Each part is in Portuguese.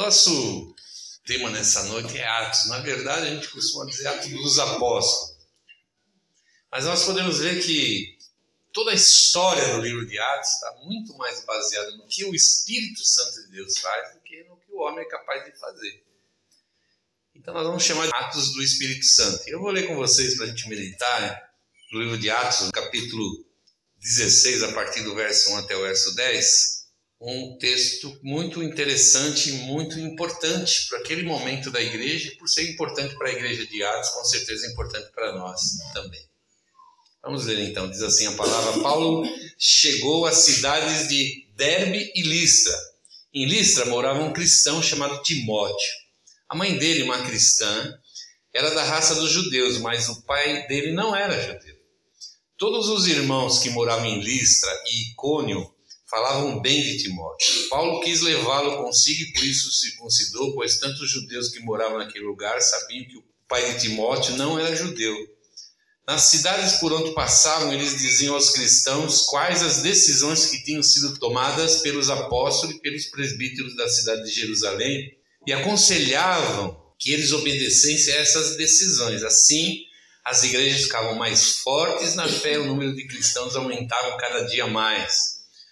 Nosso tema nessa noite é Atos. Na verdade, a gente costuma dizer Atos dos Apóstolos. Mas nós podemos ver que toda a história do livro de Atos está muito mais baseada no que o Espírito Santo de Deus faz do que no que o homem é capaz de fazer. Então nós vamos chamar de Atos do Espírito Santo. Eu vou ler com vocês para a gente meditar no livro de Atos, no capítulo 16, a partir do verso 1 até o verso 10. Um texto muito interessante e muito importante para aquele momento da igreja, e por ser importante para a igreja de Atos, com certeza é importante para nós também. Vamos ler então, diz assim a palavra: Paulo chegou às cidades de Derbe e Listra. Em Listra morava um cristão chamado Timóteo. A mãe dele, uma cristã, era da raça dos judeus, mas o pai dele não era judeu. Todos os irmãos que moravam em Listra e Icônio falavam bem de Timóteo. Paulo quis levá-lo consigo e por isso circuncidou, pois tanto os judeus que moravam naquele lugar sabiam que o pai de Timóteo não era judeu. Nas cidades por onde passavam, eles diziam aos cristãos quais as decisões que tinham sido tomadas pelos apóstolos e pelos presbíteros da cidade de Jerusalém e aconselhavam que eles obedecessem a essas decisões. Assim, as igrejas ficavam mais fortes na fé e o número de cristãos aumentava cada dia mais.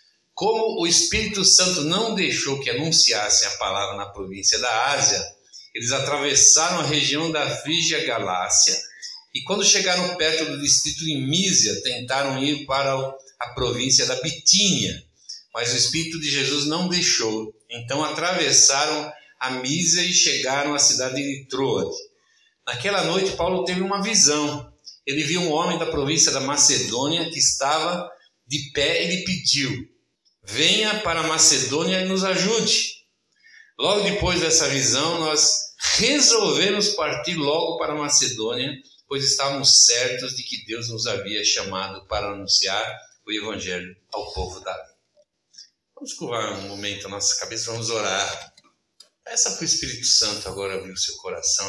Como o Espírito Santo não deixou que anunciassem a palavra na província da Ásia, eles atravessaram a região da Frígia Galácia e quando chegaram perto do distrito de Mísia, tentaram ir para a província da Bitínia, mas o Espírito de Jesus não deixou. Então atravessaram a Mísia e chegaram à cidade de Troade. Naquela noite Paulo teve uma visão. Ele viu um homem da província da Macedônia que estava de pé e lhe pediu: venha para a Macedônia e nos ajude. Logo depois dessa visão, nós resolvemos partir logo para a Macedônia, pois estávamos certos de que Deus nos havia chamado para anunciar o Evangelho ao povo da lei. Vamos curvar um momento a nossa cabeça, vamos orar. Peça para o Espírito Santo agora abrir o seu coração,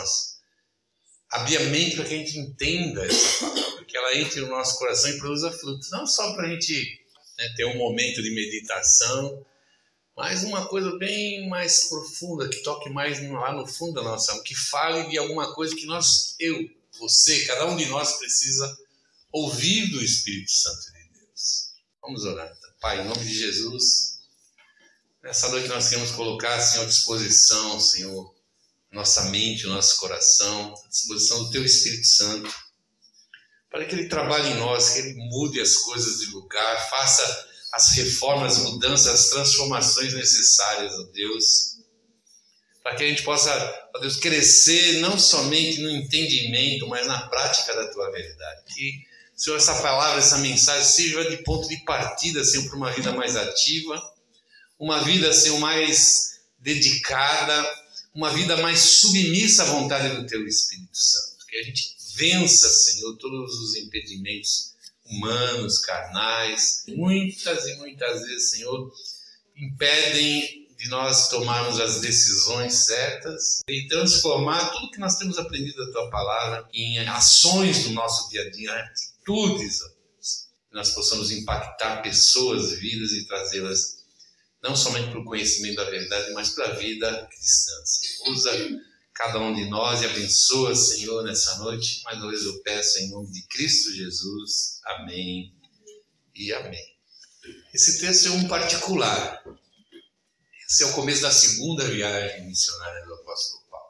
abrir a mente para que a gente entenda essa palavra, que ela entre no nosso coração e produza frutos, não só para a gente ter um momento de meditação, mas uma coisa bem mais profunda, que toque mais lá no fundo da nossa alma, que fale de alguma coisa que você, cada um de nós precisa ouvir do Espírito Santo de Deus. Vamos orar então. Pai, em nome de Jesus, nessa noite nós queremos colocar, Senhor, à disposição, Senhor, nossa mente, o nosso coração, à disposição do Teu Espírito Santo, para que Ele trabalhe em nós, que Ele mude as coisas de lugar, faça as reformas, as mudanças, as transformações necessárias, ó Deus, para que a gente possa, ó Deus, crescer não somente no entendimento, mas na prática da Tua verdade. Que, Senhor, essa palavra, essa mensagem sirva de ponto de partida, Senhor, para uma vida mais ativa, uma vida, Senhor, mais dedicada, uma vida mais submissa à vontade do Teu Espírito Santo. Que a gente vença, Senhor, todos os impedimentos humanos, carnais. Muitas e muitas vezes, Senhor, impedem de nós tomarmos as decisões certas e transformar tudo que nós temos aprendido da Tua Palavra em ações do nosso dia a dia, atitudes, ó Deus. Que nós possamos impactar pessoas, vidas e trazê-las não somente para o conhecimento da verdade, mas para a vida cristã. Usa cada um de nós e abençoa, Senhor, nessa noite. Mais uma vez eu peço em nome de Cristo Jesus. Amém e amém. Esse texto é um particular. Esse é o começo da segunda viagem missionária do apóstolo Paulo.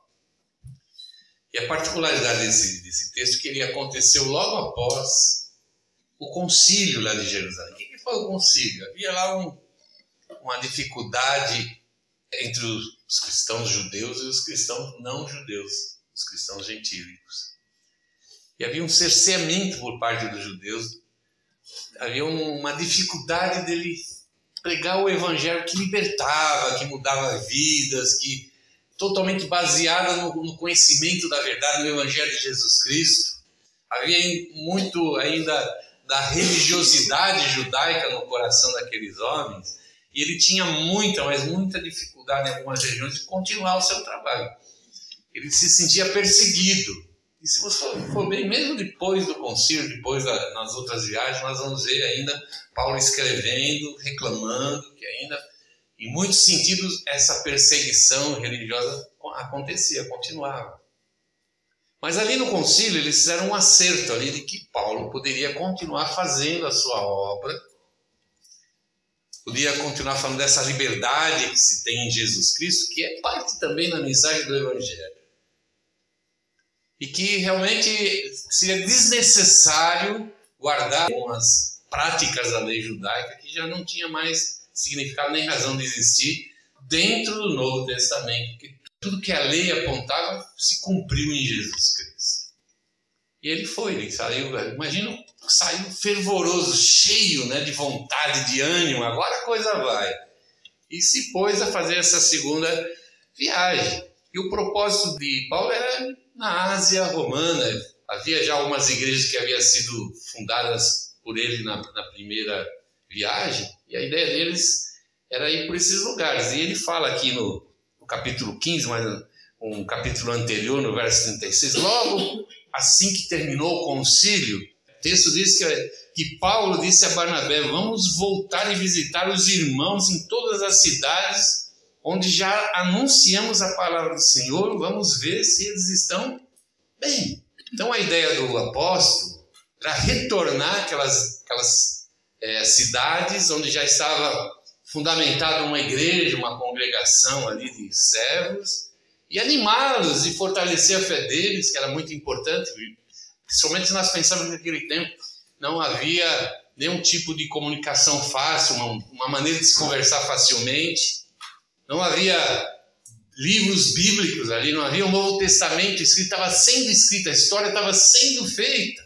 E a particularidade desse texto é que ele aconteceu logo após o concílio lá de Jerusalém. O que foi o concílio? Havia lá uma dificuldade entre os cristãos judeus e os cristãos não judeus, os cristãos gentílicos. E havia um cerceamento por parte dos judeus, havia uma dificuldade dele pregar o evangelho que libertava, que mudava vidas, que totalmente baseada no conhecimento da verdade, no evangelho de Jesus Cristo. Havia muito ainda da religiosidade judaica no coração daqueles homens, e ele tinha muita, mas muita dificuldade em algumas regiões de continuar o seu trabalho. Ele se sentia perseguido. E se você for bem, mesmo depois do concílio, nas outras viagens, nós vamos ver ainda Paulo escrevendo, reclamando, que ainda Em muitos sentidos, essa perseguição religiosa acontecia, continuava. Mas ali no concílio eles fizeram um acerto ali de que Paulo poderia continuar fazendo a sua obra, podia continuar falando dessa liberdade que se tem em Jesus Cristo, que é parte também da mensagem do Evangelho. E que realmente seria desnecessário guardar algumas práticas da lei judaica que já não tinha mais significado nem razão de existir dentro do Novo Testamento, porque tudo que a lei apontava se cumpriu em Jesus Cristo. E ele saiu, imagina, saiu fervoroso, cheio, né, de vontade, de ânimo, agora a coisa vai. E se pôs a fazer essa segunda viagem. E o propósito de Paulo era na Ásia Romana. Havia já algumas igrejas que haviam sido fundadas por ele na primeira viagem, e a ideia deles era ir por esses lugares. E ele fala aqui no capítulo 15, mas um capítulo anterior, no verso 36, logo assim que terminou o concílio, o texto diz que Paulo disse a Barnabé: vamos voltar e visitar os irmãos em todas as cidades onde já anunciamos a palavra do Senhor, vamos ver se eles estão bem. Então a ideia do apóstolo era retornar aquelas cidades onde já estava fundamentada uma igreja, uma congregação ali de servos, e animá-los e fortalecer a fé deles, que era muito importante, principalmente se nós pensamos que naquele tempo não havia nenhum tipo de comunicação fácil, uma maneira de se conversar facilmente, não havia livros bíblicos ali, não havia o Novo Testamento escrito, estava sendo escrito, a história estava sendo feita.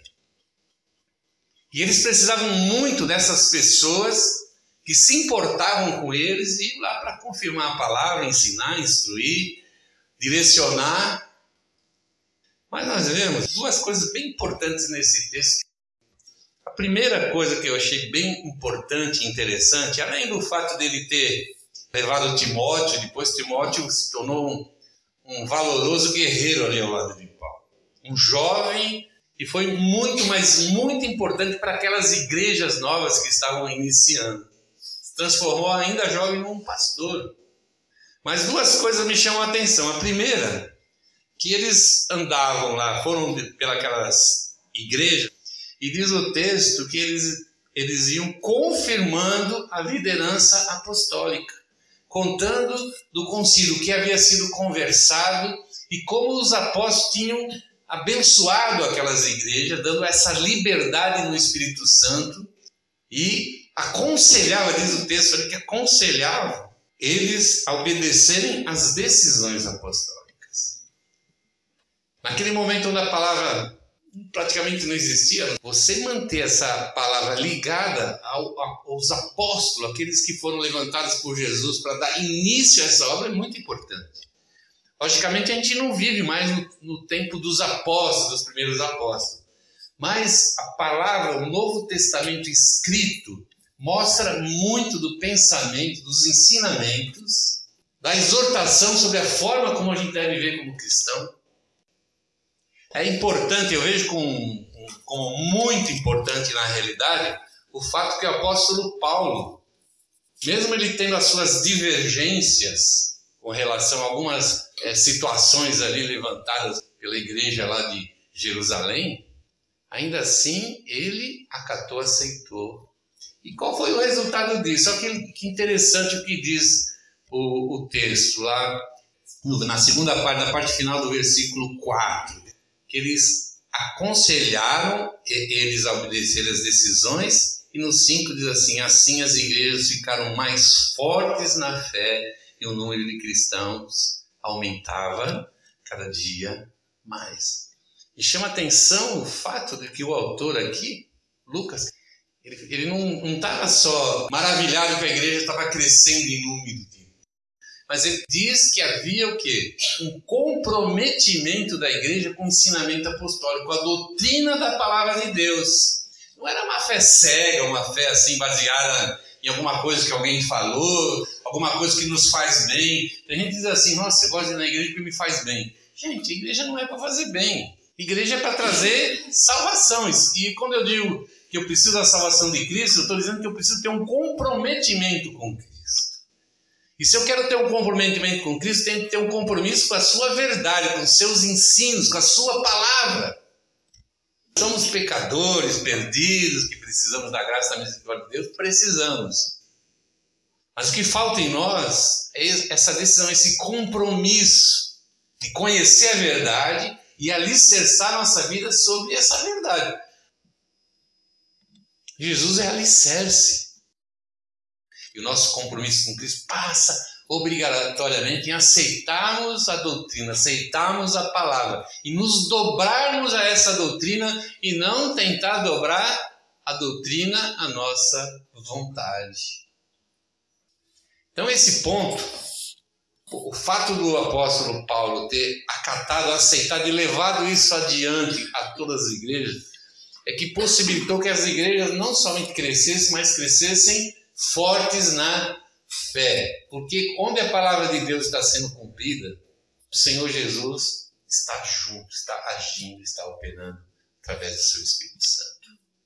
E eles precisavam muito dessas pessoas que se importavam com eles e ir lá para confirmar a palavra, ensinar, instruir, direcionar. Mas nós vemos duas coisas bem importantes nesse texto. A primeira coisa que eu achei bem importante e interessante, além do fato dele ter levado Timóteo, depois Timóteo se tornou um valoroso guerreiro ali ao lado de Paulo. Um jovem que foi muito, mas muito importante para aquelas igrejas novas que estavam iniciando. Se transformou ainda jovem num pastor. Mas duas coisas me chamam a atenção. A primeira, que eles andavam lá, foram pelas igrejas, e diz o texto que eles iam confirmando a liderança apostólica, contando do concílio que havia sido conversado e como os apóstolos tinham abençoado aquelas igrejas, dando essa liberdade no Espírito Santo, e aconselhava, diz o texto ali, que aconselhava eles a obedecerem às decisões apostólicas. Naquele momento onde a palavra praticamente não existia, você manter essa palavra ligada aos apóstolos, aqueles que foram levantados por Jesus para dar início a essa obra, é muito importante. Logicamente a gente não vive mais no tempo dos apóstolos, dos primeiros apóstolos, mas a palavra, o Novo Testamento escrito, mostra muito do pensamento, dos ensinamentos, da exortação sobre a forma como a gente deve viver como cristão. É importante, eu vejo como muito importante na realidade, o fato que o apóstolo Paulo, mesmo ele tendo as suas divergências com relação a algumas situações ali levantadas pela igreja lá de Jerusalém, ainda assim ele acatou, aceitou. E qual foi o resultado disso? Olha que interessante o que diz o texto lá na segunda parte, na parte final do versículo 4, que eles aconselharam eles a obedecer as decisões, e no 5 diz assim: assim as igrejas ficaram mais fortes na fé e o número de cristãos aumentava cada dia mais. E chama atenção o fato de que o autor aqui, Lucas, ele não estava só maravilhado que a igreja estava crescendo em número, mas ele diz que havia o quê? Um comprometimento da igreja com o ensinamento apostólico, com a doutrina da palavra de Deus. Não era uma fé cega, uma fé assim baseada em alguma coisa que alguém falou, alguma coisa que nos faz bem. Tem gente que diz assim: nossa, eu gosto de ir na igreja porque me faz bem. Gente, a igreja não é para fazer bem. A igreja é para trazer salvação. E quando eu digo que eu preciso da salvação de Cristo, eu estou dizendo que eu preciso ter um comprometimento com Cristo. E se eu quero ter um comprometimento com Cristo, tenho que ter um compromisso com a sua verdade, com os seus ensinos, com a sua palavra. Somos pecadores, perdidos, que precisamos da graça e da misericórdia de Deus, precisamos. Mas o que falta em nós é essa decisão, esse compromisso de conhecer a verdade e alicerçar nossa vida sobre essa verdade. Jesus é alicerce. E o nosso compromisso com Cristo passa obrigatoriamente em aceitarmos a doutrina, aceitarmos a palavra e nos dobrarmos a essa doutrina e não tentar dobrar a doutrina à nossa vontade. Então esse ponto, o fato do apóstolo Paulo ter acatado, aceitado e levado isso adiante a todas as igrejas, é que possibilitou que as igrejas não somente crescessem, mas crescessem fortes na fé. Porque onde a palavra de Deus está sendo cumprida, o Senhor Jesus está junto, está agindo, está operando através do seu Espírito Santo.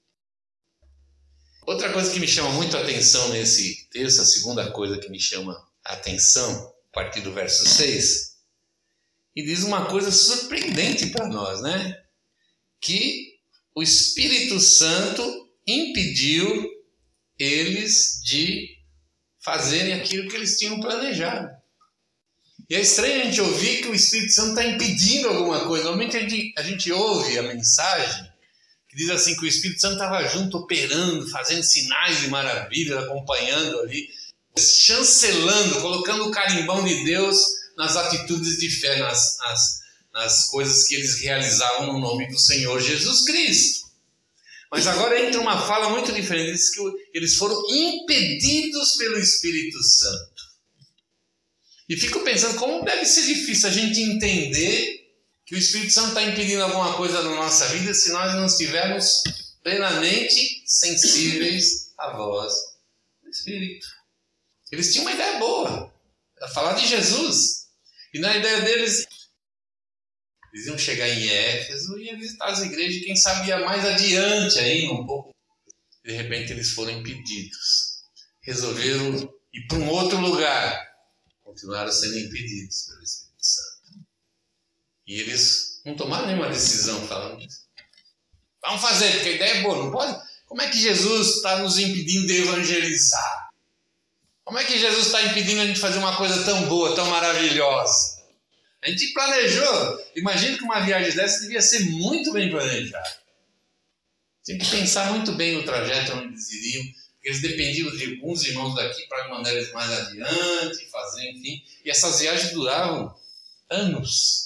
Outra coisa que me chama muito a atenção nesse texto, a segunda coisa que me chama a atenção, a partir do verso 6, e diz uma coisa surpreendente para nós, né? Que o Espírito Santo impediu eles de fazerem aquilo que eles tinham planejado. E é estranho a gente ouvir que o Espírito Santo está impedindo alguma coisa. Normalmente a gente ouve a mensagem que diz assim que o Espírito Santo estava junto, operando, fazendo sinais e maravilhas, acompanhando ali, chancelando, colocando o carimbão de Deus nas atitudes de fé, nas coisas que eles realizavam no nome do Senhor Jesus Cristo. Mas agora entra uma fala muito diferente, diz que eles foram impedidos pelo Espírito Santo. E fico pensando como deve ser difícil a gente entender que o Espírito Santo está impedindo alguma coisa na nossa vida se nós não estivermos plenamente sensíveis à voz do Espírito. Eles tinham uma ideia boa, era falar de Jesus. E na ideia deles, eles iam chegar em Éfeso e ia visitar as igrejas, quem sabe ia mais adiante ainda um pouco. De repente eles foram impedidos. Resolveram ir para um outro lugar. Continuaram sendo impedidos pelo Espírito Santo. E eles não tomaram nenhuma decisão falando isso. Vamos fazer, porque a ideia é boa, não pode? Como é que Jesus está nos impedindo de evangelizar? Como é que Jesus está impedindo a gente fazer uma coisa tão boa, tão maravilhosa? A gente planejou. Imagina que uma viagem dessa devia ser muito bem planejada. Tinha que pensar muito bem no trajeto onde eles iriam, porque eles dependiam de alguns irmãos daqui para mandar eles mais adiante, fazer, enfim. E essas viagens duravam anos.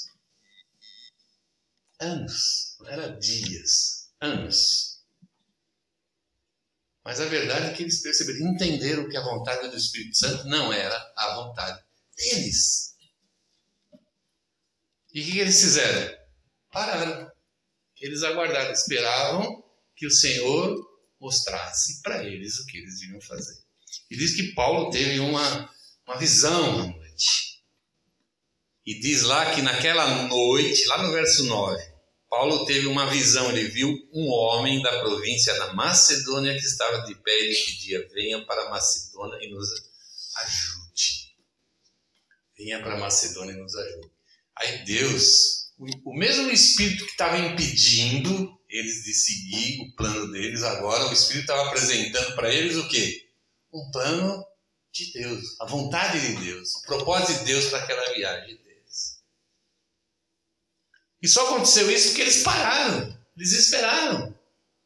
Anos, não era dias, anos. Mas a verdade é que eles perceberam, entenderam que a vontade do Espírito Santo não era a vontade deles. E o que eles fizeram? Pararam. Eles aguardaram, esperavam que o Senhor mostrasse para eles o que eles deviam fazer. E diz que Paulo teve uma visão à noite. E diz lá que naquela noite, lá no verso 9, Paulo teve uma visão. Ele viu um homem da província da Macedônia que estava de pé e pedia: venha para a Macedônia e nos ajude. Venha para a Macedônia e nos ajude. Aí Deus, o mesmo Espírito que estava impedindo eles de seguir o plano deles, agora o Espírito estava apresentando para eles o quê? Um plano de Deus, a vontade de Deus, o propósito de Deus para aquela viagem deles. E só aconteceu isso porque eles pararam, eles esperaram.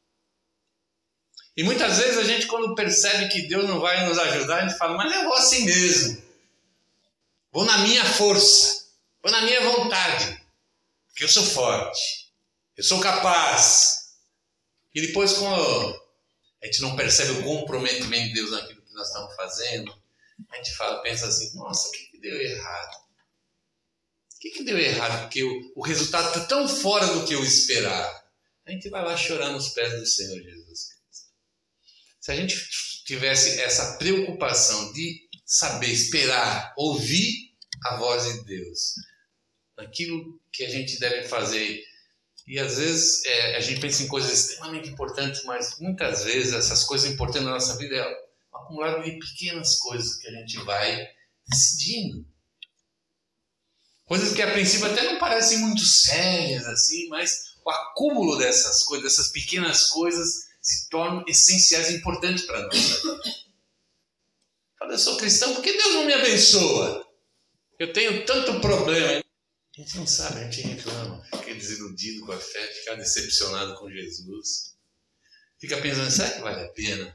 E muitas vezes a gente, quando percebe que Deus não vai nos ajudar, a gente fala: mas eu vou assim mesmo, vou na minha força, vou na minha vontade, porque eu sou forte, eu sou capaz. E depois, quando a gente não percebe o comprometimento de Deus naquilo que nós estamos fazendo, a gente pensa assim: nossa, o que deu errado? O que deu errado? Porque o resultado está tão fora do que eu esperava. A gente vai lá chorar nos pés do Senhor Jesus Cristo. Se a gente tivesse essa preocupação de saber esperar, ouvir a voz de Deus, naquilo que a gente deve fazer, e às vezes a gente pensa em coisas extremamente importantes, mas muitas vezes essas coisas importantes na nossa vida é um acumulado de pequenas coisas que a gente vai decidindo. Coisas que a princípio até não parecem muito sérias assim, mas o acúmulo dessas coisas, dessas pequenas coisas, se tornam essenciais e importantes para nós. Eu sou cristão, por que Deus não me abençoa? Eu tenho tanto problema. A gente não sabe, a gente reclama, fica desiludido com a fé, fica decepcionado com Jesus. Fica pensando, será que vale a pena?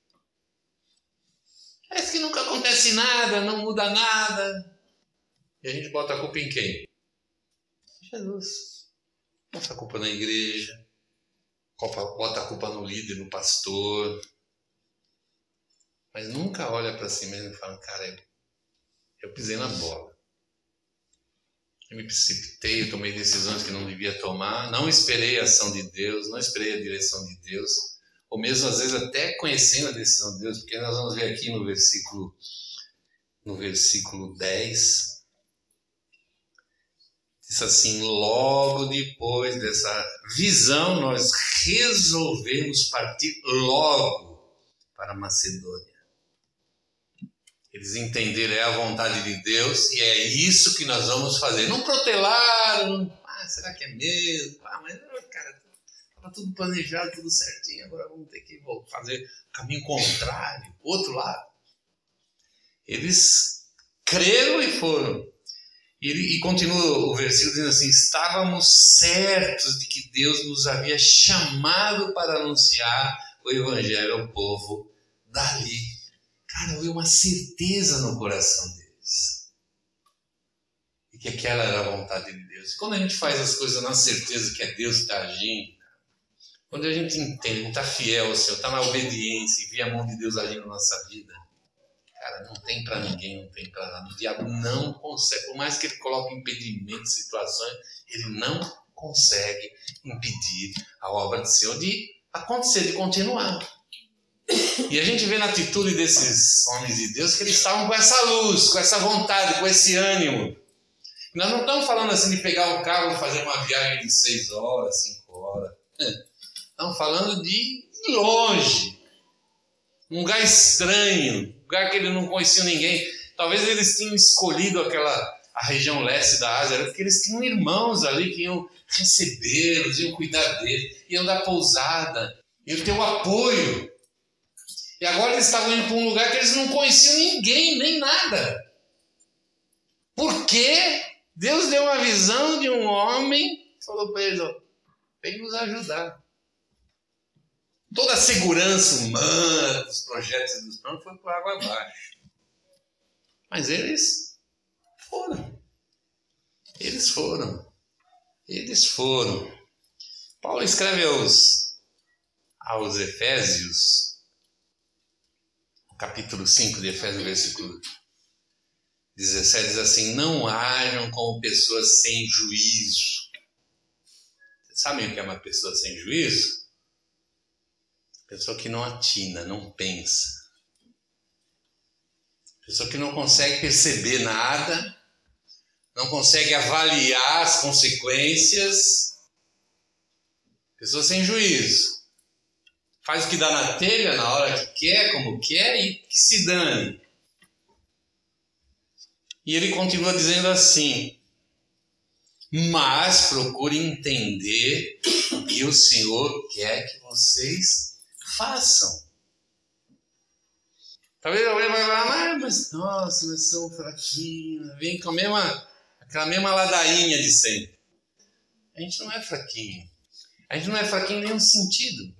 Parece que nunca acontece nada, não muda nada. E a gente bota a culpa em quem? Jesus. Bota a culpa na igreja, bota a culpa no líder, no pastor. Mas nunca olha para si mesmo e fala, cara, eu pisei na bola. Eu me precipitei, eu tomei decisões que não devia tomar, não esperei a ação de Deus, não esperei a direção de Deus, ou mesmo às vezes até conhecendo a decisão de Deus, porque nós vamos ver aqui no versículo 10, diz assim, logo depois dessa visão, nós resolvemos partir logo para Macedônia. Eles entenderam, é a vontade de Deus e é isso que nós vamos fazer. Não protelaram, será que é mesmo? Mas, cara, estava tudo planejado, tudo certinho, agora vamos ter que fazer o caminho contrário, outro lado. Eles creram e foram. E continua o versículo dizendo assim, estávamos certos de que Deus nos havia chamado para anunciar o evangelho ao povo dali. Cara, houve uma certeza no coração deles. E que aquela era a vontade de Deus. E quando a gente faz as coisas na certeza que é Deus que está agindo, quando a gente entende, está fiel ao Senhor, está na obediência e vê a mão de Deus agindo na nossa vida, cara, não tem para ninguém, não tem para nada. O diabo não consegue, por mais que ele coloque impedimentos, situações, ele não consegue impedir a obra do Senhor de acontecer, de continuar. E a gente vê na atitude desses homens de Deus que eles estavam com essa luz, com essa vontade, com esse ânimo. Nós não estamos falando assim de pegar o carro e fazer uma viagem de 6 horas, 5 horas. Estamos falando de ir longe. Um lugar estranho, um lugar que eles não conheciam ninguém. Talvez eles tinham escolhido a região leste da Ásia, porque eles tinham irmãos ali que iam recebê-los, iam cuidar deles, iam dar pousada, iam ter o apoio. E agora eles estavam indo para um lugar que eles não conheciam ninguém, nem nada. Porque Deus deu uma visão de um homem, falou para eles, vem nos ajudar. Toda a segurança humana dos projetos e dos planos foi por água abaixo. Mas eles foram. Eles foram. Eles foram. Paulo escreve aos Efésios, capítulo 5 de Efésios, versículo 17, diz assim, não hajam como pessoas sem juízo. Vocês sabem o que é uma pessoa sem juízo? Pessoa que não atina, não pensa. Pessoa que não consegue perceber nada, não consegue avaliar as consequências. Pessoa sem juízo. Faz o que dá na telha, na hora que quer, como quer e que se dane. E ele continua dizendo assim, mas procure entender o que o Senhor quer que vocês façam. Talvez alguém vai falar, mas nossa, nós somos fraquinhos, vem com aquela mesma ladainha de sempre. A gente não é fraquinho. A gente não é fraquinho em nenhum sentido.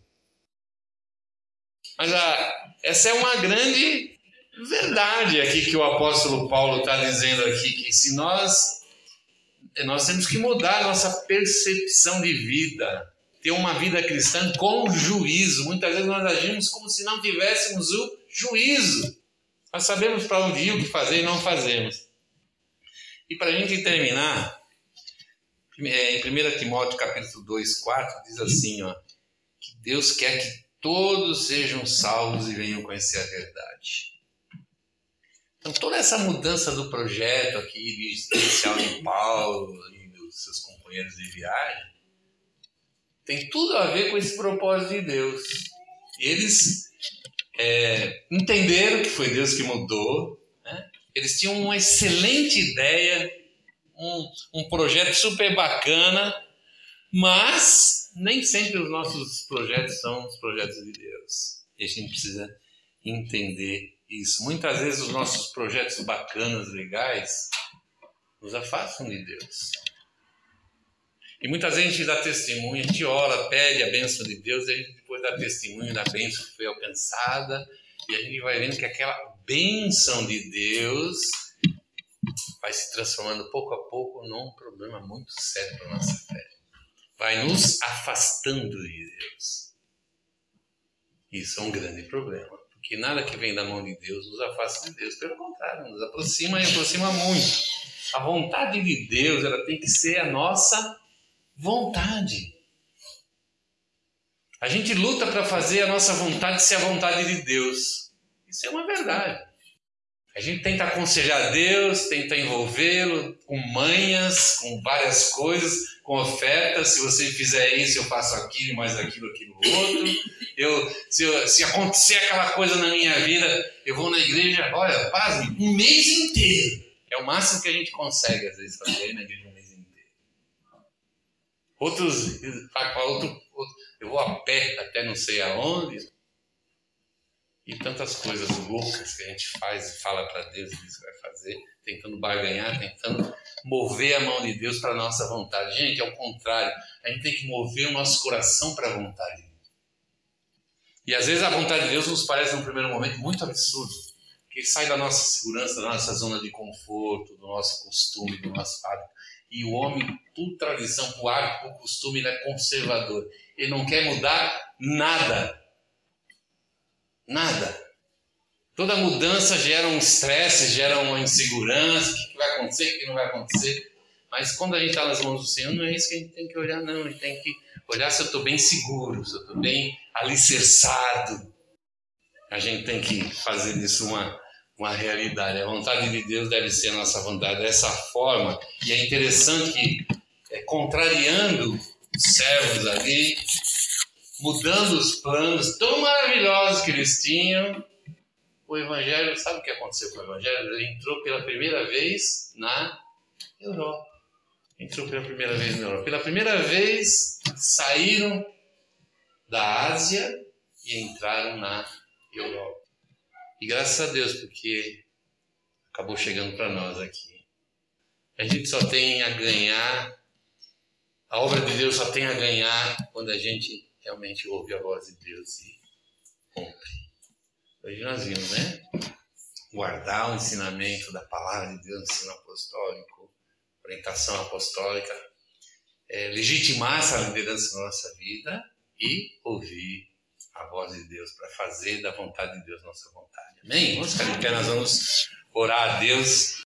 Mas essa é uma grande verdade aqui que o apóstolo Paulo está dizendo aqui, que se nós temos que mudar a nossa percepção de vida, ter uma vida cristã com juízo. Muitas vezes nós agimos como se não tivéssemos o juízo. Nós sabemos para onde ir, o que fazer e não fazemos. E para a gente terminar, em 1 Timóteo capítulo 2, 4, diz assim, que Deus quer que todos sejam salvos e venham conhecer a verdade. Então toda essa mudança do projeto aqui, inicial de Paulo e dos seus companheiros de viagem, tem tudo a ver com esse propósito de Deus. Eles entenderam que foi Deus que mudou, né? Eles tinham uma excelente ideia, um projeto super bacana, mas nem sempre os nossos projetos são os projetos de Deus. E a gente precisa entender isso. Muitas vezes os nossos projetos bacanas, legais, nos afastam de Deus. E muitas vezes a gente dá testemunho, a gente ora, pede a bênção de Deus, e a gente depois dá testemunho da bênção que foi alcançada, e a gente vai vendo que aquela bênção de Deus vai se transformando pouco a pouco num problema muito sério para a nossa fé. Vai nos afastando de Deus. Isso é um grande problema, porque nada que vem da mão de Deus nos afasta de Deus. Pelo contrário, nos aproxima e aproxima muito. A vontade de Deus, ela tem que ser a nossa vontade. A gente luta para fazer a nossa vontade ser a vontade de Deus. Isso é uma verdade. A gente tenta aconselhar Deus, tenta envolvê-lo com manhas, com várias coisas, com ofertas. Se você fizer isso, eu faço aquilo, mais aquilo, aquilo outro. Se acontecer aquela coisa na minha vida, eu vou na igreja, olha, pasme, um mês inteiro. É o máximo que a gente consegue, às vezes, fazer na igreja um mês inteiro. Outros, eu vou a pé até não sei aonde. E tantas coisas loucas que a gente faz e fala para Deus e diz que vai fazer, tentando barganhar, tentando mover a mão de Deus para a nossa vontade. Gente, é o contrário. A gente tem que mover o nosso coração para a vontade de Deus. E às vezes a vontade de Deus nos parece, num primeiro momento, muito absurdo. Porque sai da nossa segurança, da nossa zona de conforto, do nosso costume, do nosso hábito. E o homem, por tradição, por hábito, por costume, ele é conservador. Ele não quer mudar nada. Nada. Toda mudança gera um estresse, gera uma insegurança, o que vai acontecer, o que não vai acontecer. Mas quando a gente está nas mãos do Senhor, não é isso que a gente tem que olhar, não. A gente tem que olhar se eu estou bem seguro, se eu estou bem alicerçado. A gente tem que fazer disso uma realidade. A vontade de Deus deve ser a nossa vontade dessa forma. E é interessante que, contrariando os servos ali, mudando os planos tão maravilhosos que eles tinham, o Evangelho, sabe o que aconteceu com o Evangelho? Ele entrou pela primeira vez na Europa. Pela primeira vez saíram da Ásia e entraram na Europa. E graças a Deus, porque acabou chegando para nós aqui. A gente só tem a ganhar, a obra de Deus só tem a ganhar quando a gente realmente ouve a voz de Deus e cumpre. Hoje nós vimos, né? Guardar o ensinamento da palavra de Deus, ensino apostólico, orientação apostólica, legitimar essa liderança na nossa vida e ouvir a voz de Deus para fazer da vontade de Deus nossa vontade. Amém? Vamos ficar de pé, nós vamos orar a Deus